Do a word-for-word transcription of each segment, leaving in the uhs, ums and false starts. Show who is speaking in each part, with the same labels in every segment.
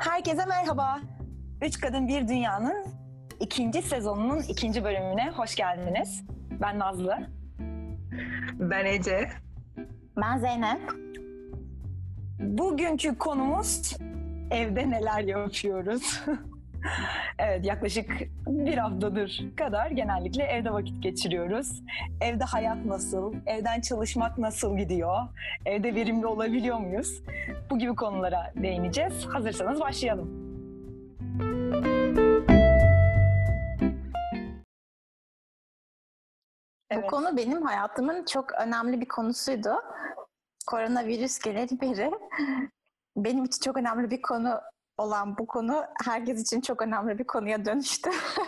Speaker 1: Herkese merhaba. Üç Kadın Bir Dünya'nın ikinci sezonunun ikinci bölümüne hoş geldiniz. Ben Nazlı.
Speaker 2: Ben Ece.
Speaker 3: Ben Zeynep.
Speaker 1: Bugünkü konumuz evde neler yapıyoruz? Evet, yaklaşık bir haftadır kadar genellikle evde vakit geçiriyoruz. Evde hayat nasıl? Evden çalışmak nasıl gidiyor? Evde verimli olabiliyor muyuz? Bu gibi konulara değineceğiz. Hazırsanız başlayalım.
Speaker 3: Evet. Bu konu benim hayatımın çok önemli bir konusuydu. Koronavirüs geleli beri benim için çok önemli bir konu olan bu konu herkes için çok önemli bir konuya dönüştü.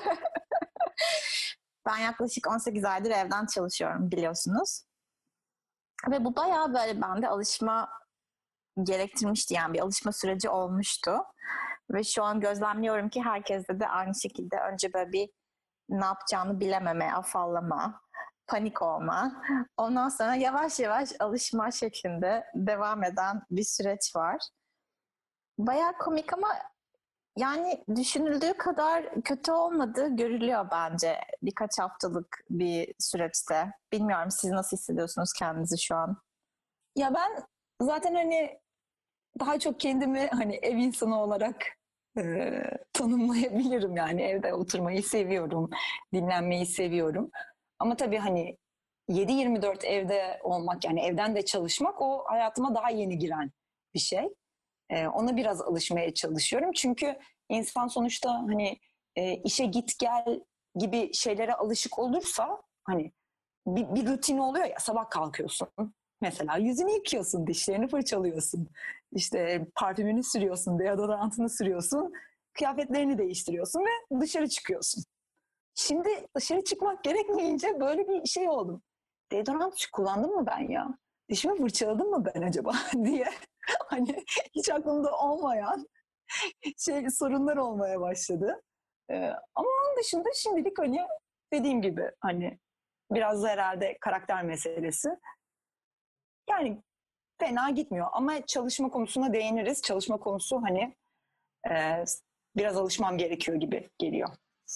Speaker 3: Ben yaklaşık on sekiz aydır evden çalışıyorum biliyorsunuz. Ve bu bayağı böyle bende alışma gerektirmişti, yani bir alışma süreci olmuştu. Ve şu an gözlemliyorum ki herkeste de aynı şekilde önce böyle bir ne yapacağını bilememe, afallama, panik olma. Ondan sonra yavaş yavaş alışma şeklinde devam eden bir süreç var. Bayağı komik ama yani düşünüldüğü kadar kötü olmadığı görülüyor bence birkaç haftalık bir süreçte. Bilmiyorum, siz nasıl hissediyorsunuz kendinizi şu an?
Speaker 1: Ya ben zaten hani daha çok kendimi hani ev insanı olarak e, tanımlayabilirim, yani evde oturmayı seviyorum, dinlenmeyi seviyorum. Ama tabii hani yedi yirmi dört evde olmak, yani evden de çalışmak, o hayatıma daha yeni giren bir şey. E, ona biraz alışmaya çalışıyorum. Çünkü insan sonuçta hani e, işe git gel gibi şeylere alışık olursa hani bir, bir rutin oluyor ya, sabah kalkıyorsun. Mesela yüzünü yıkıyorsun, dişlerini fırçalıyorsun, işte parfümünü sürüyorsun, deodorantını sürüyorsun, kıyafetlerini değiştiriyorsun ve dışarı çıkıyorsun. Şimdi dışarı çıkmak gerekmeyince böyle bir şey oldum. Deodorant kullandım mı ben ya? Dişimi fırçaladım mı ben acaba diye hani hiç aklımda olmayan şey sorunlar olmaya başladı. Ee, ama onun dışında şimdilik hani dediğim gibi hani biraz da herhalde karakter meselesi. Yani fena gitmiyor ama çalışma konusuna değiniriz. Çalışma konusu hani e, biraz alışmam gerekiyor gibi geliyor.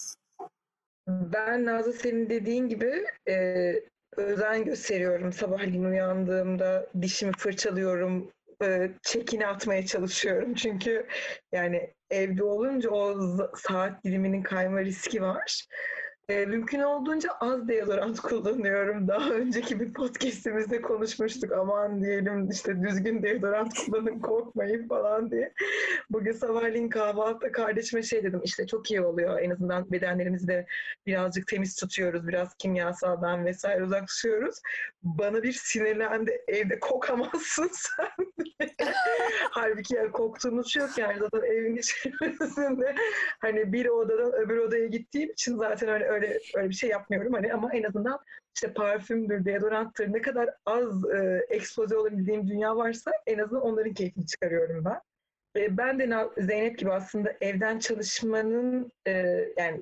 Speaker 2: Ben Nazlı, senin dediğin gibi e, özen gösteriyorum. Sabahleyin uyandığımda dişimi fırçalıyorum, e, çekini atmaya çalışıyorum. Çünkü yani evde olunca o z- saat diliminin kayma riski var. E, mümkün olduğunca az deodorant kullanıyorum. Daha önceki bir podcastimizde konuşmuştuk. Aman diyelim işte düzgün deodorant kullanın, korkmayın falan diye. Bugün sabahleyin kahvaltıda kardeşime şey dedim, işte çok iyi oluyor. En azından bedenlerimizi de birazcık temiz tutuyoruz. Biraz kimyasaldan vesaire uzak tutuyoruz. Bana bir sinirlendi. Evde kokamazsın sen diye. Halbuki yani koktuğumuz şey yok yani, zaten evin içerisinde hani bir odadan öbür odaya gittiğim için zaten öyle öyle öyle bir şey yapmıyorum hani, ama en azından işte parfümdür, deodoranttır, ne kadar az e, ekspoze olabildiğim dünya varsa en azından onların keyfini çıkarıyorum ben. E, Ben de Zeynep gibi aslında evden çalışmanın e, yani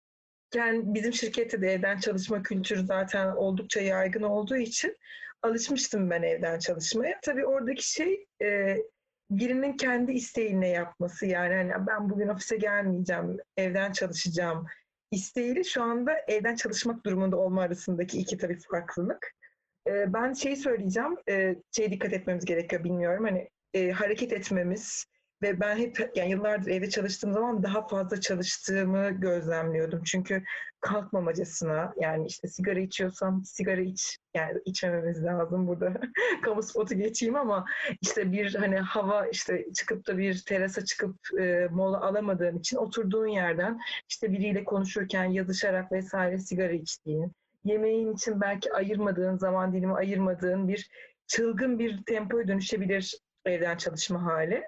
Speaker 2: yani bizim şirkette de evden çalışma kültürü zaten oldukça yaygın olduğu için alışmıştım ben evden çalışmaya. Tabii oradaki şey e, birinin kendi isteğine yapması, yani hani ben bugün ofise gelmeyeceğim, evden çalışacağım isteğiyle şu anda evden çalışmak durumunda olma arasındaki iki tabii farklılık. E, ben şeyi söyleyeceğim, e, şeye dikkat etmemiz gerekiyor, bilmiyorum hani e, hareket etmemiz. Ve ben hep yani yıllardır evde çalıştığım zaman daha fazla çalıştığımı gözlemliyordum. Çünkü kalkmamacasına, yani işte sigara içiyorsam sigara iç, yani içmememiz lazım burada. Kamu spotu geçeyim ama işte bir hani hava, işte çıkıp da bir terasa çıkıp e, mola alamadığın için oturduğun yerden işte biriyle konuşurken yazışarak vesaire sigara içtiğin, yemeğin için belki ayırmadığın zaman dilimi ayırmadığın bir çılgın bir tempoya dönüşebilir evden çalışma hali.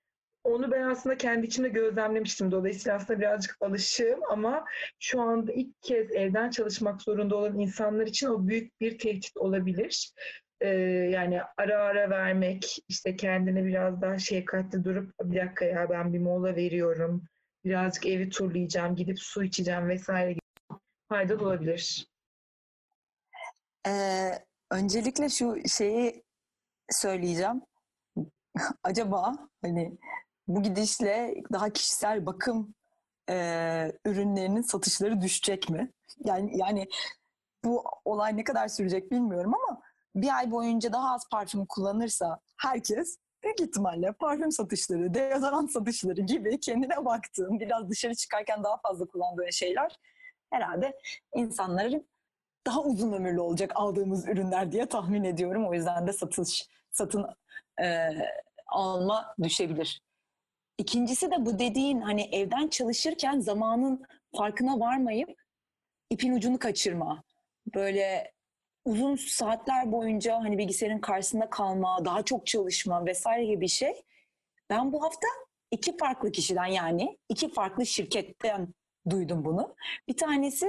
Speaker 2: Onu ben aslında kendi içimde gözlemlemiştim. Dolayısıyla aslında birazcık alışığım ama şu anda ilk kez evden çalışmak zorunda olan insanlar için o büyük bir tehdit olabilir. Ee, yani ara ara vermek, işte kendine biraz daha şefkatli durup bir dakika ya ben bir mola veriyorum, birazcık evi turlayacağım, gidip su içeceğim vesaire gibi faydalı olabilir.
Speaker 1: Ee, öncelikle şu şeyi söyleyeceğim. Acaba hani bu gidişle daha kişisel bakım e, ürünlerinin satışları düşecek mi? Yani yani bu olay ne kadar sürecek bilmiyorum ama bir ay boyunca daha az parfüm kullanırsa herkes büyük ihtimalle parfüm satışları, deodorant satışları gibi kendine baktığın, biraz dışarı çıkarken daha fazla kullandığın şeyler herhalde insanların daha uzun ömürlü olacak aldığımız ürünler diye tahmin ediyorum. O yüzden de satış, satın e, alma düşebilir. İkincisi de bu dediğin hani evden çalışırken zamanın farkına varmayıp ipin ucunu kaçırma. Böyle uzun saatler boyunca hani bilgisayarın karşısında kalma, daha çok çalışma vesaire gibi bir şey. Ben bu hafta iki farklı kişiden yani iki farklı şirketten duydum bunu. Bir tanesi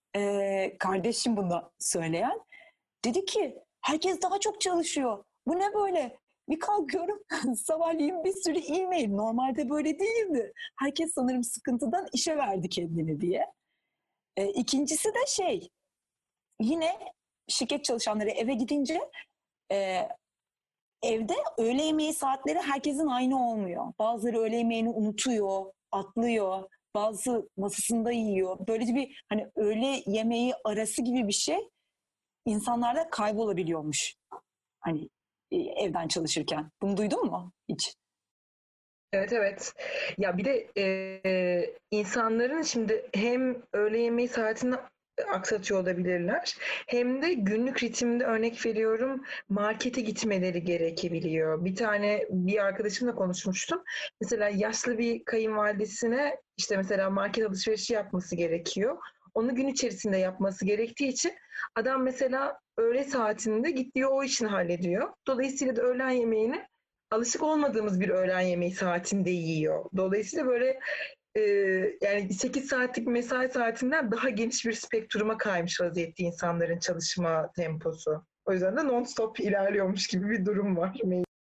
Speaker 1: e, kardeşim bunu söyleyen. Dedi ki herkes daha çok çalışıyor. Bu ne böyle? Bir kalkıyorum sabahleyin bir sürü e-mail. Normalde böyle değildi. Herkes sanırım sıkıntıdan işe verdi kendini diye. E, ikincisi de şey yine şirket çalışanları eve gidince e, evde öğle yemeği saatleri herkesin aynı olmuyor. Bazıları öğle yemeğini unutuyor, atlıyor. Bazı masasında yiyor. Böylece bir hani öğle yemeği arası gibi bir şey insanlarda kaybolabiliyormuş. Hani e, evden çalışırken. Bunu duydun mu hiç?
Speaker 2: Evet, evet. Ya bir de e, insanların şimdi hem öğle yemeği saatini aksatıyor olabilirler. Hem de günlük ritimde örnek veriyorum markete gitmeleri gerekebiliyor. Bir tane bir arkadaşımla konuşmuştum. Mesela yaşlı bir kayınvalidesine işte mesela market alışverişi yapması gerekiyor. Onu gün içerisinde yapması gerektiği için adam mesela öğle saatinde gittiği o işini hallediyor. Dolayısıyla da öğlen yemeğini alışık olmadığımız bir öğlen yemeği saatinde yiyor. Dolayısıyla böyle e, yani sekiz saatlik mesai saatinden daha geniş bir spektruma kaymış vaziyette insanların çalışma temposu. O yüzden de non-stop ilerliyormuş gibi bir durum var.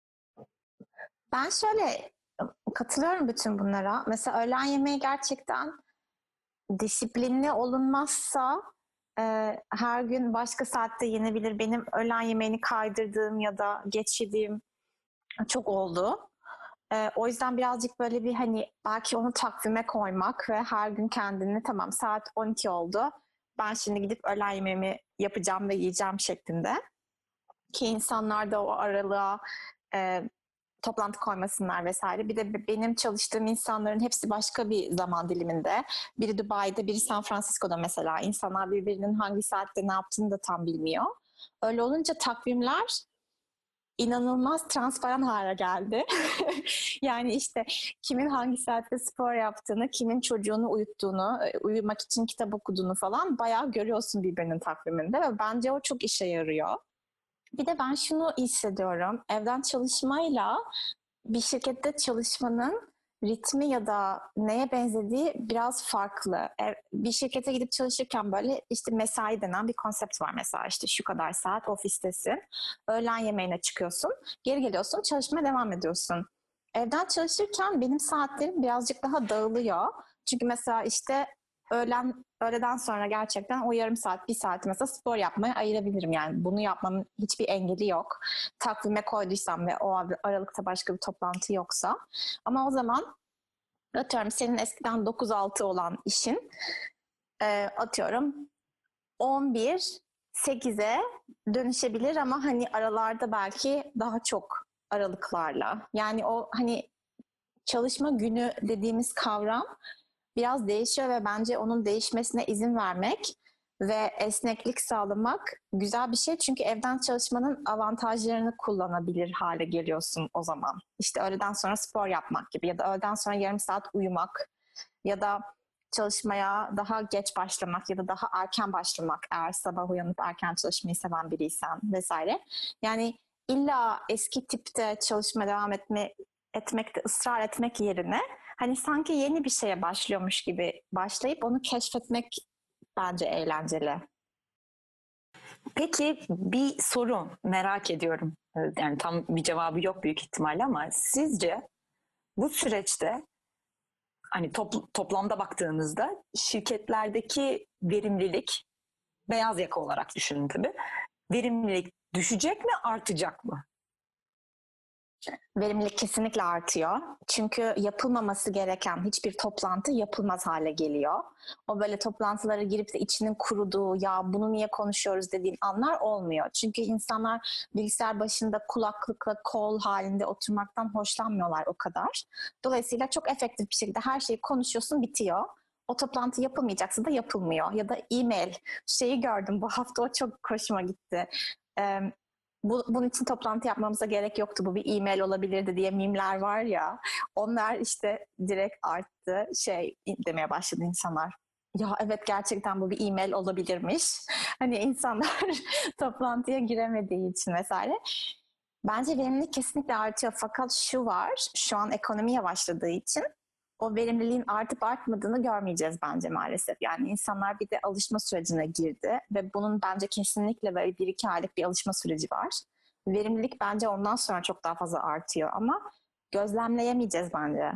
Speaker 3: Ben şöyle katılıyorum bütün bunlara. Mesela öğlen yemeği gerçekten disiplinli olunmazsa e, her gün başka saatte yenebilir. Benim öğlen yemeğini kaydırdığım ya da geç yediğim çok oldu. E, o yüzden birazcık böyle bir hani belki onu takvime koymak ve her gün kendini tamam saat on iki oldu. Ben şimdi gidip öğlen yemeğimi yapacağım ve yiyeceğim şeklinde. Ki insanlar da o aralığa e, toplantı koymasınlar vesaire. Bir de benim çalıştığım insanların hepsi başka bir zaman diliminde. Biri Dubai'de, biri San Francisco'da mesela. İnsanlar birbirinin hangi saatte ne yaptığını da tam bilmiyor. Öyle olunca takvimler inanılmaz transparan hale geldi. Yani işte kimin hangi saatte spor yaptığını, kimin çocuğunu uyuttuğunu, uyumak için kitap okuduğunu falan bayağı görüyorsun birbirinin takviminde ve bence o çok işe yarıyor. Bir de ben şunu hissediyorum. Evden çalışmayla bir şirkette çalışmanın ritmi ya da neye benzediği biraz farklı. Bir şirkete gidip çalışırken böyle işte mesai denen bir konsept var mesela. İşte şu kadar saat ofistesin. Öğlen yemeğine çıkıyorsun. Geri geliyorsun, çalışmaya devam ediyorsun. Evden çalışırken benim saatlerim birazcık daha dağılıyor. Çünkü mesela işte öğlen öğleden sonra gerçekten o yarım saat, bir saat mesela spor yapmaya ayırabilirim. Yani bunu yapmamın hiçbir engeli yok. Takvime koyduysam ve o aralıkta başka bir toplantı yoksa. Ama o zaman atıyorum senin eskiden dokuz altı olan işin e, atıyorum on bir sekize dönüşebilir ama hani aralarda belki daha çok aralıklarla. Yani o hani çalışma günü dediğimiz kavram biraz değişiyor ve bence onun değişmesine izin vermek ve esneklik sağlamak güzel bir şey. Çünkü evden çalışmanın avantajlarını kullanabilir hale geliyorsun o zaman. İşte öğleden sonra spor yapmak gibi ya da öğleden sonra yarım saat uyumak ya da çalışmaya daha geç başlamak ya da daha erken başlamak eğer sabah uyanıp erken çalışmayı seven biriysen vesaire. Yani illa eski tipte çalışmaya devam etme, etmekte ısrar etmek yerine hani sanki yeni bir şeye başlıyormuş gibi başlayıp onu keşfetmek bence eğlenceli.
Speaker 1: Peki bir soru merak ediyorum. Yani tam bir cevabı yok büyük ihtimalle ama sizce bu süreçte hani topl- toplamda baktığınızda şirketlerdeki verimlilik beyaz yaka olarak düşünün tabii. Verimlilik düşecek mi, artacak mı?
Speaker 3: Verimlilik kesinlikle artıyor. Çünkü yapılmaması gereken hiçbir toplantı yapılmaz hale geliyor. O böyle toplantılara girip de içinin kuruduğu, ya bunu niye konuşuyoruz dediğin anlar olmuyor. Çünkü insanlar bilgisayar başında kulaklıkla kol halinde oturmaktan hoşlanmıyorlar o kadar. Dolayısıyla çok efektif bir şekilde her şeyi konuşuyorsun, bitiyor. O toplantı yapılmayacaksa da yapılmıyor. Ya da e-mail şeyi gördüm bu hafta, o çok hoşuma gitti. Ee, Bu, bunun için toplantı yapmamıza gerek yoktu. Bu bir e-mail olabilirdi diye mimler var ya. Onlar işte direkt arttı. Şey demeye başladı insanlar. Ya evet, gerçekten bu bir e-mail olabilirmiş. Hani insanlar toplantıya giremediği için vesaire. Bence verimlilik kesinlikle artıyor. Fakat şu var, şu an ekonomi yavaşladığı için o verimliliğin artıp artmadığını görmeyeceğiz bence maalesef. Yani insanlar bir de alışma sürecine girdi ve bunun bence kesinlikle böyle bir iki aylık bir alışma süreci var. Verimlilik bence ondan sonra çok daha fazla artıyor ama gözlemleyemeyeceğiz bence.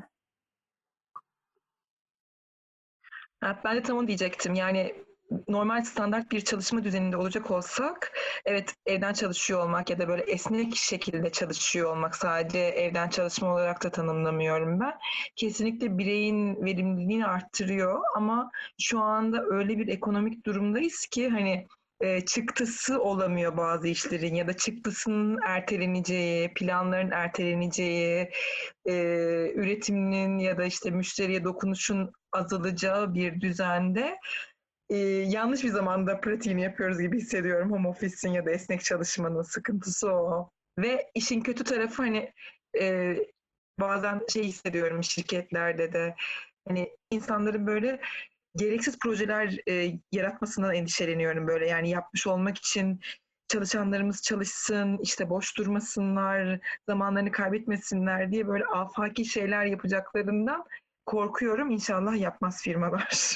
Speaker 2: Evet, ben de tam onu diyecektim. Yani normal standart bir çalışma düzeninde olacak olsak, evet evden çalışıyor olmak ya da böyle esnek şekilde çalışıyor olmak, sadece evden çalışma olarak da tanımlamıyorum ben. Kesinlikle bireyin verimliliğini arttırıyor ama şu anda öyle bir ekonomik durumdayız ki hani e, çıktısı olamıyor bazı işlerin ya da çıktısının erteleneceği, planların erteleneceği, e, üretiminin ya da işte müşteriye dokunuşun azalacağı bir düzende e, yanlış bir zamanda pratiğini yapıyoruz gibi hissediyorum. Home office'in ya da esnek çalışmanın sıkıntısı o. Ve işin kötü tarafı hani e, bazen şey hissediyorum şirketlerde de, hani insanların böyle gereksiz projeler e, yaratmasından endişeleniyorum böyle. Yani yapmış olmak için çalışanlarımız çalışsın, işte boş durmasınlar, zamanlarını kaybetmesinler diye böyle afaki şeyler yapacaklarından korkuyorum. İnşallah yapmaz firmalar.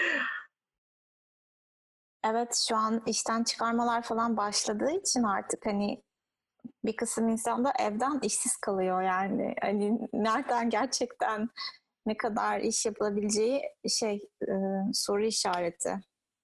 Speaker 3: Evet, şu an işten çıkarmalar falan başladığı için artık hani bir kısım insan da evden işsiz kalıyor yani. Hani nereden gerçekten ne kadar iş yapılabileceği şey e, soru işareti.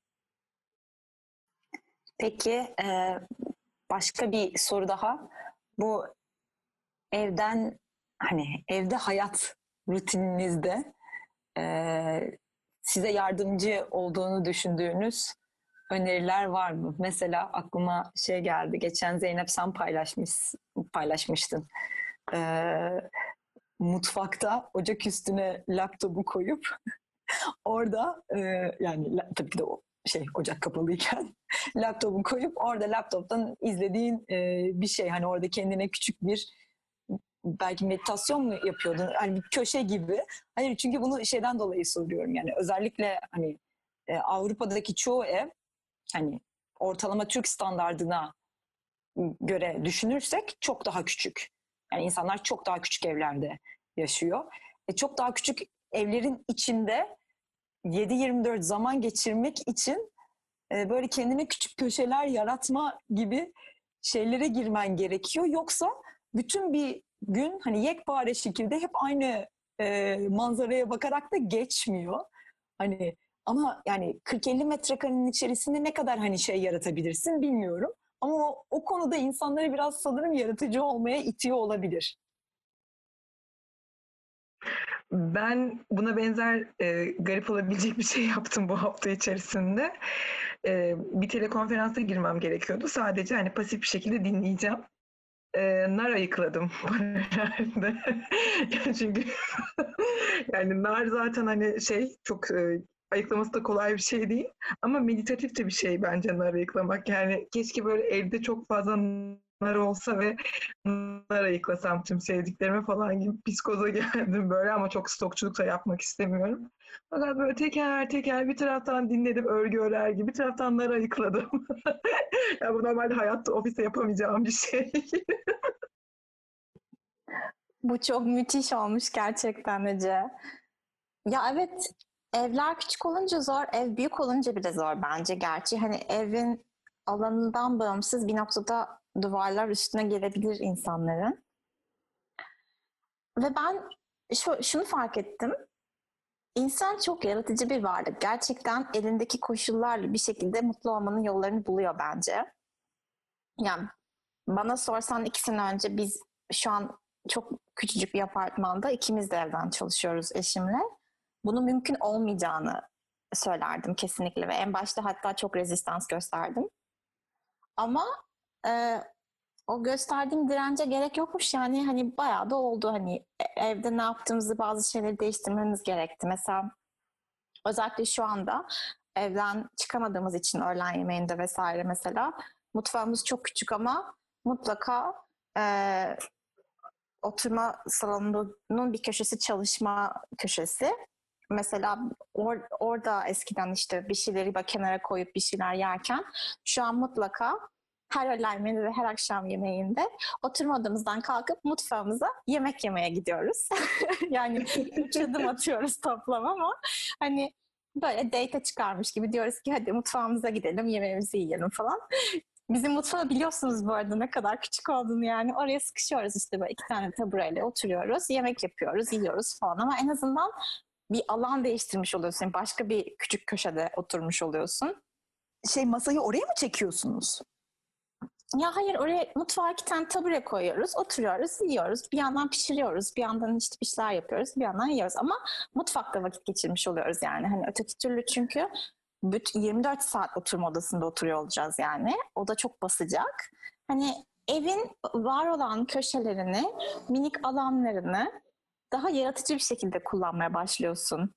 Speaker 1: Peki e, başka bir soru daha. Bu evden hani evde hayat rutininizde e, size yardımcı olduğunu düşündüğünüz öneriler var mı? Mesela aklıma şey geldi. Geçen Zeynep sen paylaşmış paylaşmıştın. Ee, mutfakta ocak üstüne laptopu koyup orada e, yani la- tabii ki de o şey ocak kapalıyken laptopu koyup orada laptoptan izlediğin e, bir şey, hani orada kendine küçük bir, belki meditasyon mu yapıyordun? Hani bir köşe gibi. Hayır, çünkü bunu şeyden dolayı soruyorum. Yani özellikle hani e, Avrupa'daki çoğu ev, hani ortalama Türk standardına göre düşünürsek çok daha küçük. Yani insanlar çok daha küçük evlerde yaşıyor. E, çok daha küçük evlerin içinde yedi yirmi dört zaman geçirmek için e, böyle kendine küçük köşeler yaratma gibi şeylere girmen gerekiyor. Yoksa bütün bir gün hani yekpare şekilde hep aynı e, manzaraya bakarak da geçmiyor. Hani ama yani kırk elli metrekarenin içerisinde ne kadar hani şey yaratabilirsin bilmiyorum. Ama o, o konuda insanları biraz sanırım yaratıcı olmaya itiyor olabilir.
Speaker 2: Ben buna benzer e, garip olabilecek bir şey yaptım bu hafta içerisinde. E, bir telekonferansa girmem gerekiyordu. Sadece hani pasif bir şekilde dinleyeceğim. E, nar ayıkladım herhalde. Çünkü yani nar zaten hani şey çok e, ayıklaması da kolay bir şey değil. Ama meditatif de bir şey bence nar ayıklamak. Yani keşke böyle evde çok fazla nar olsa ve nar ayıklasam tüm sevdiklerime falan gibi psikoza geldim böyle, ama çok stokçuluk da yapmak istemiyorum. Fakat böyle teker teker bir taraftan dinledim örgü örer gibi, bir taraftan nar ayıkladım. Ya bu normalde hayatta ofiste yapamayacağım bir şey.
Speaker 3: Bu çok müthiş olmuş gerçekten Ece. Ya evet, evler küçük olunca zor, ev büyük olunca bile zor bence gerçi. Hani evin alanından bağımsız bir noktada duvarlar üstüne gelebilir insanların. Ve ben şu, şunu fark ettim. İnsan çok yaratıcı bir varlık. Gerçekten elindeki koşullarla bir şekilde mutlu olmanın yollarını buluyor bence. Yani bana sorsan iki sene önce biz şu an çok küçücük bir apartmanda ikimiz de evden çalışıyoruz eşimle. Bunun mümkün olmayacağını söylerdim kesinlikle ve en başta hatta çok rezistans gösterdim. Ama e, o gösterdiğim dirence gerek yokmuş yani hani bayağı da oldu hani evde ne yaptığımızı bazı şeyleri değiştirmemiz gerekti. Mesela özellikle şu anda evden çıkamadığımız için öğlen yemeğinde vesaire mesela mutfağımız çok küçük ama mutlaka e, oturma salonunun bir köşesi çalışma köşesi. Mesela or, orada eskiden işte bir şeyleri bak kenara koyup bir şeyler yerken şu an mutlaka her öğlen yemeğinde ve her akşam yemeğinde oturma odamızdan kalkıp mutfağımıza yemek yemeye gidiyoruz. Yani üç adım atıyoruz toplam ama hani böyle date çıkarmış gibi diyoruz ki hadi mutfağımıza gidelim yemeğimizi yiyelim falan. Bizim mutfağı biliyorsunuz bu arada ne kadar küçük olduğunu yani oraya sıkışıyoruz işte böyle iki tane tabureyle oturuyoruz yemek yapıyoruz yiyoruz falan ama en azından bir alan değiştirmiş oluyorsun. Yani başka bir küçük köşede oturmuş oluyorsun.
Speaker 4: Şey masayı oraya mı çekiyorsunuz?
Speaker 3: Ya hayır oraya mutfağa iki tane tabure koyuyoruz, oturuyoruz, yiyoruz. Bir yandan pişiriyoruz, bir yandan işte bir şeyler yapıyoruz, bir yandan yiyoruz. Ama mutfakta vakit geçirmiş oluyoruz yani. Hani öteki türlü çünkü yirmi dört saat oturma odasında oturuyor olacağız yani. O da çok basacak. Hani evin var olan köşelerini, minik alanlarını daha yaratıcı bir şekilde kullanmaya başlıyorsun.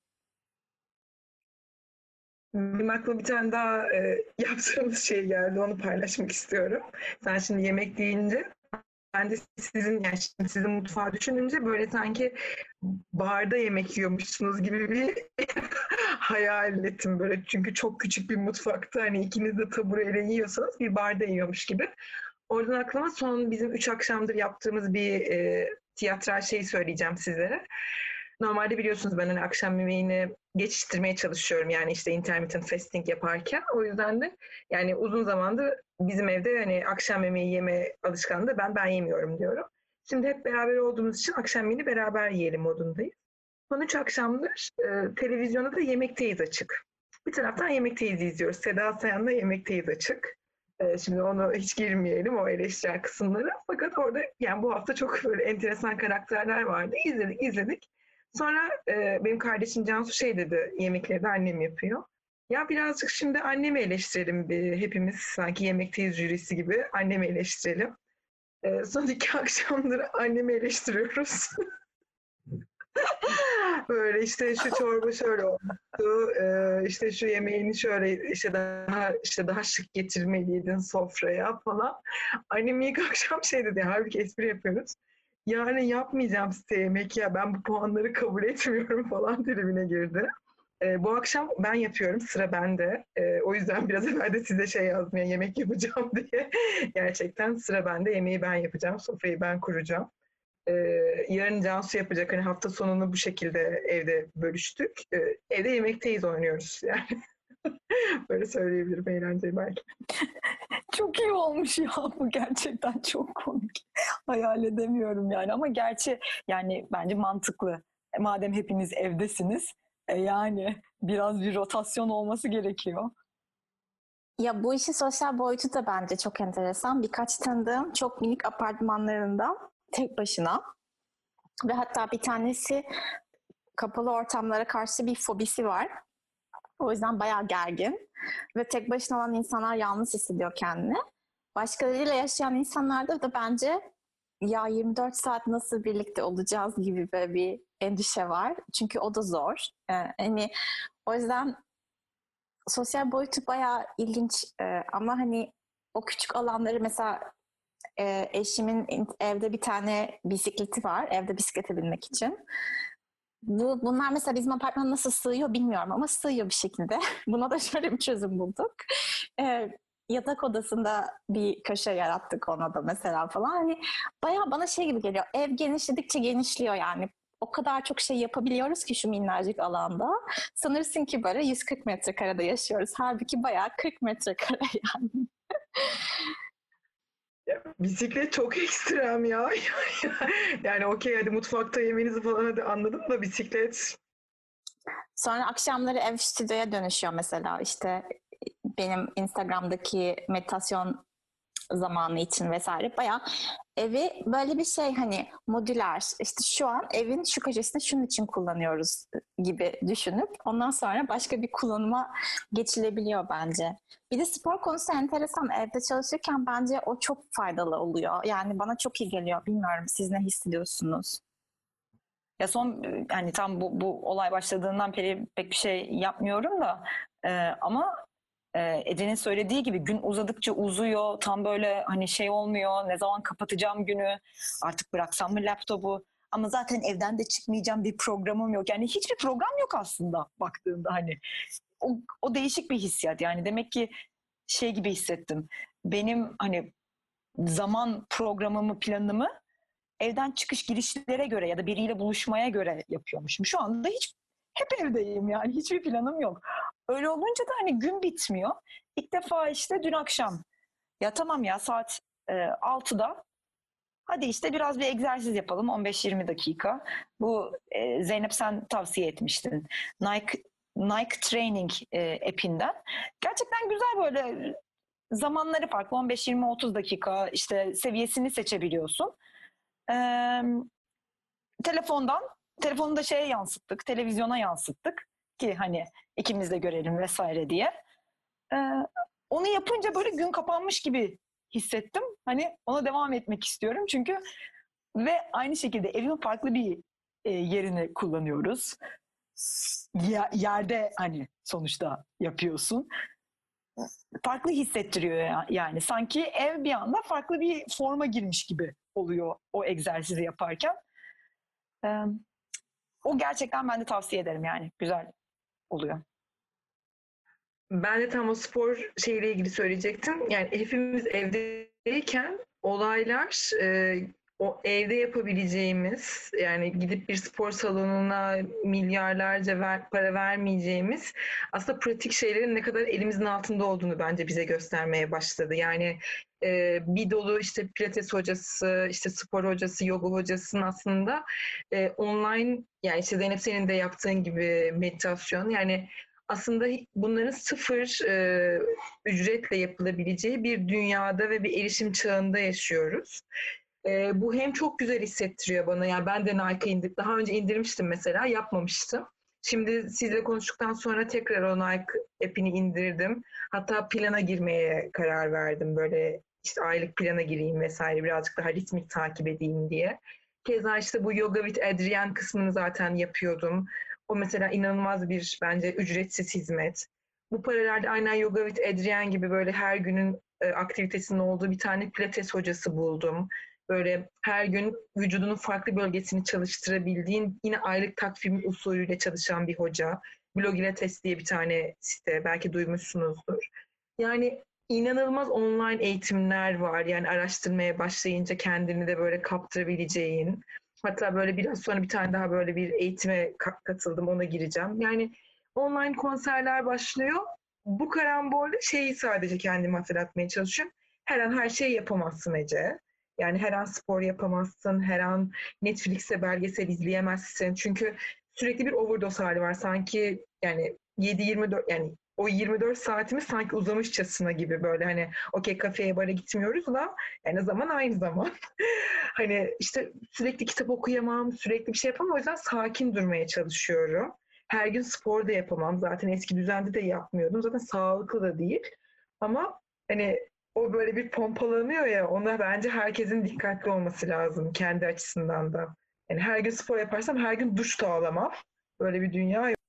Speaker 2: Benim aklıma bir tane daha e, yaptığımız şey geldi. Onu paylaşmak istiyorum. Sen şimdi yemek deyince ben de sizin yani şimdi sizin mutfağı düşününce böyle sanki barda yemek yiyormuşsunuz gibi bir hayal ettim böyle. Çünkü çok küçük bir mutfakta hani ikiniz de tabureyle yiyorsanız bir barda yiyormuş gibi. Oradan aklıma son bizim üç akşamdır yaptığımız bir e, tiyatral şey söyleyeceğim sizlere. Normalde biliyorsunuz ben hani akşam yemeğini geçiştirmeye çalışıyorum yani işte intermittent fasting yaparken. O yüzden de yani uzun zamandır bizim evde hani akşam yemeği yeme alışkanlığı ben ben yemiyorum diyorum. Şimdi hep beraber olduğumuz için akşam yemeğini beraber yiyelim modundayız. Son üç akşamdır e, televizyonda da Yemekteyiz açık. Bir taraftan Yemekteyiz izliyoruz. Seda Sayan'la Yemekteyiz açık. E, şimdi onu hiç girmeyelim o eleştirel kısımlara. Fakat orada yani bu hafta çok böyle enteresan karakterler vardı. İzledik izledik. Sonra e, benim kardeşim Cansu şey dedi, yemekleri de annem yapıyor. Ya birazcık şimdi annemi eleştirelim bir, hepimiz sanki Yemekteyiz jürisi gibi annemi eleştirelim. E, son iki akşamdır annemi eleştiriyoruz. Böyle işte şu çorba şöyle olmuştu, e, işte şu yemeğini şöyle işte daha işte daha şık getirmeliydin sofraya falan. Annem ilk akşam şey dedi, halbuki espri yapıyoruz. Yani yapmayacağım size yemek ya ben bu puanları kabul etmiyorum falan tribine girdi. E, bu akşam ben yapıyorum sıra bende. E, o yüzden biraz evvel de size şey yazdım ya yemek yapacağım diye. Gerçekten sıra bende yemeği ben yapacağım sofrayı ben kuracağım. Ee, yarın Cansu yapacak. Hani hafta sonunu bu şekilde evde bölüştük. Ee, evde Yemekteyiz oynuyoruz yani. Böyle söyleyebilirim eğlenceli belki.
Speaker 1: Çok iyi olmuş ya bu gerçekten çok komik. Hayal edemiyorum yani ama gerçi yani bence mantıklı. E, Madem hepiniz evdesiniz e yani biraz bir rotasyon olması gerekiyor.
Speaker 3: Ya bu işin sosyal boyutu da bence çok enteresan. Birkaç tanıdığım çok minik apartmanlarında tek başına ve hatta bir tanesi kapalı ortamlara karşı bir fobisi var. O yüzden bayağı gergin ve tek başına olan insanlar yalnız hissediyor kendini. Başkalarıyla yaşayan insanlarda da bence ya yirmi dört saat nasıl birlikte olacağız gibi böyle bir endişe var. Çünkü o da zor. Ee, hani o yüzden sosyal boyutu bayağı ilginç ee, ama hani o küçük alanları mesela e, eşimin evde bir tane bisikleti var. Evde bisiklete binmek için. Bu, bunlar mesela bizim apartmana nasıl sığıyor bilmiyorum ama sığıyor bir şekilde. Buna da şöyle bir çözüm bulduk. Ee, yatak odasında bir köşe yarattık ona da mesela falan. Hani bayağı bana şey gibi geliyor. Ev genişledikçe genişliyor yani. O kadar çok şey yapabiliyoruz ki şu minnacık alanda. Sanırsın ki böyle yüz kırk metrekarede yaşıyoruz. Halbuki bayağı kırk metrekare yani.
Speaker 2: Ya, bisiklet çok ekstrem ya. Yani okey hadi mutfakta yemeğinizi falan hadi anladım da bisiklet.
Speaker 3: Sonra akşamları ev stüdyoya dönüşüyor mesela. İşte benim Instagram'daki meditasyon zamanı için vesaire bayağı evi böyle bir şey hani modüler, işte şu an evin şu köşesini şunun için kullanıyoruz gibi düşünüp ondan sonra başka bir kullanıma geçilebiliyor bence. Bir de spor konusu enteresan. Evde çalışırken bence o çok faydalı oluyor. Yani bana çok iyi geliyor. Bilmiyorum, siz ne hissediyorsunuz?
Speaker 1: Ya son yani tam bu, bu olay başladığından beri pek bir şey yapmıyorum da e, ama e, Ece'nin söylediği gibi gün uzadıkça uzuyor. Tam böyle hani şey olmuyor. Ne zaman kapatacağım günü? Artık bıraksam mı laptopu? Ama zaten evden de çıkmayacağım, bir programım yok. Yani hiçbir program yok aslında baktığında hani. O, o değişik bir hissiyat. Yani demek ki şey gibi hissettim. Benim hani zaman programımı, planımı evden çıkış girişlere göre ya da biriyle buluşmaya göre yapıyormuşum. Şu anda hiç hep evdeyim yani hiçbir planım yok. Öyle olunca da hani gün bitmiyor. İlk defa işte dün akşam ya tamam ya saat e, altıda hadi işte biraz bir egzersiz yapalım on beş yirmi dakika. Bu e, Zeynep sen tavsiye etmiştin. Nike Nike Training e, app'inden. Gerçekten güzel böyle zamanları farklı on beş yirmi otuz dakika işte seviyesini seçebiliyorsun. Ee, telefondan, telefonu da şeye yansıttık, televizyona yansıttık ki hani ikimiz de görelim vesaire diye. Ee, onu yapınca böyle gün kapanmış gibi hissettim. Hani ona devam etmek istiyorum çünkü ve aynı şekilde evin farklı bir e, yerini kullanıyoruz. Ya, yerde hani sonuçta yapıyorsun. Farklı hissettiriyor ya, yani sanki ev bir anda farklı bir forma girmiş gibi oluyor o egzersizi yaparken. Ee, o gerçekten ben de tavsiye ederim yani güzel oluyor.
Speaker 2: Ben de tam o spor şeyle ilgili söyleyecektim. Yani hepimiz evdeyken olaylar e, o evde yapabileceğimiz yani gidip bir spor salonuna milyarlarca ver, para vermeyeceğimiz aslında pratik şeylerin ne kadar elimizin altında olduğunu bence bize göstermeye başladı. Yani e, bir dolu işte pilates hocası, işte spor hocası, yoga hocasının aslında e, online yani işte Zeynep senin de yaptığın gibi meditasyon yani aslında bunların sıfır e, ücretle yapılabileceği bir dünyada ve bir erişim çağında yaşıyoruz. E, bu hem çok güzel hissettiriyor bana. Yani ben de Nike indir, daha önce indirmiştim mesela, yapmamıştım. Şimdi sizle konuştuktan sonra tekrar o Nike app'ini indirdim. Hatta plana girmeye karar verdim. Böyle işte aylık plana gireyim vesaire birazcık daha ritmik takip edeyim diye. Keza işte bu Yoga with Adriene kısmını zaten yapıyordum. O mesela inanılmaz bir bence ücretsiz hizmet. Bu paralelde aynen Yoga with Adriene gibi böyle her günün e, aktivitesinin olduğu bir tane pilates hocası buldum. Böyle her gün vücudunun farklı bölgesini çalıştırabildiğin yine aylık takvim usulüyle çalışan bir hoca. Blogilates diye bir tane site belki duymuşsunuzdur. Yani inanılmaz online eğitimler var. Yani araştırmaya başlayınca kendini de böyle kaptırabileceğin. Hatta böyle biraz sonra bir tane daha böyle bir eğitime katıldım, ona gireceğim. Yani online konserler başlıyor. Bu karambolde şeyi sadece kendime hatırlatmaya çalışıyorum. Her an her şeyi yapamazsın Ece. Yani her an spor yapamazsın, her an Netflix'te belgesel izleyemezsin. Çünkü sürekli bir overdose hali var. Sanki yani yedi yirmi dört yani o yirmi dört saatimiz sanki uzamışçasına gibi böyle hani okey kafeye bara gitmiyoruz da yani zaman aynı zaman. Hani işte sürekli kitap okuyamam, sürekli bir şey yapamam. O yüzden sakin durmaya çalışıyorum. Her gün spor da yapamam. Zaten eski düzende de yapmıyordum. Zaten sağlıklı da değil. Ama hani o böyle bir pompalanıyor ya, ona bence herkesin dikkatli olması lazım kendi açısından da. Yani her gün spor yaparsam her gün duş da alamam. Böyle bir dünya yok.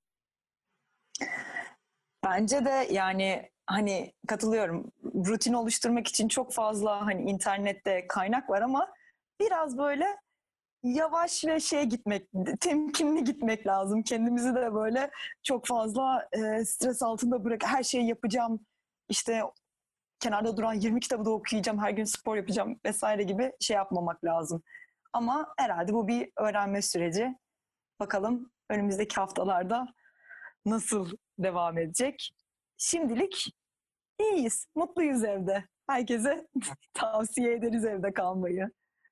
Speaker 1: Bence de yani hani katılıyorum. Rutin oluşturmak için çok fazla hani internette kaynak var ama biraz böyle yavaş ve şey gitmek, temkinli gitmek lazım. Kendimizi de böyle çok fazla e, stres altında bırak. Her şeyi yapacağım. İşte kenarda duran yirmi kitabı da okuyacağım. Her gün spor yapacağım vesaire gibi şey yapmamak lazım. Ama herhalde bu bir öğrenme süreci. Bakalım önümüzdeki haftalarda nasıl devam edecek? Şimdilik iyiyiz, mutluyuz evde. Herkese tavsiye ederiz evde kalmayı.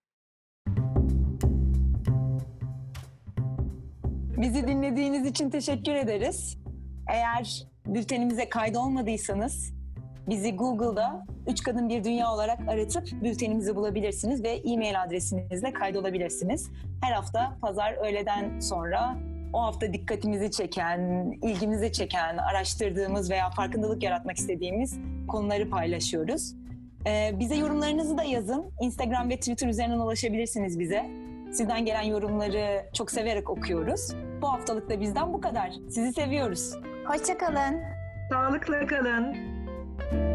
Speaker 1: Bizi dinlediğiniz için teşekkür ederiz. Eğer bültenimize kaydolmadıysanız bizi Google'da Üç Kadın Bir Dünya olarak aratıp bültenimizi bulabilirsiniz ve e-mail adresinizle kaydolabilirsiniz. Her hafta pazar öğleden sonra o hafta dikkatimizi çeken, ilgimizi çeken, araştırdığımız veya farkındalık yaratmak istediğimiz konuları paylaşıyoruz. Ee, bize yorumlarınızı da yazın. Instagram ve Twitter üzerinden ulaşabilirsiniz bize. Sizden gelen yorumları çok severek okuyoruz. Bu haftalık da bizden bu kadar. Sizi seviyoruz.
Speaker 3: Hoşça kalın.
Speaker 2: Sağlıkla kalın.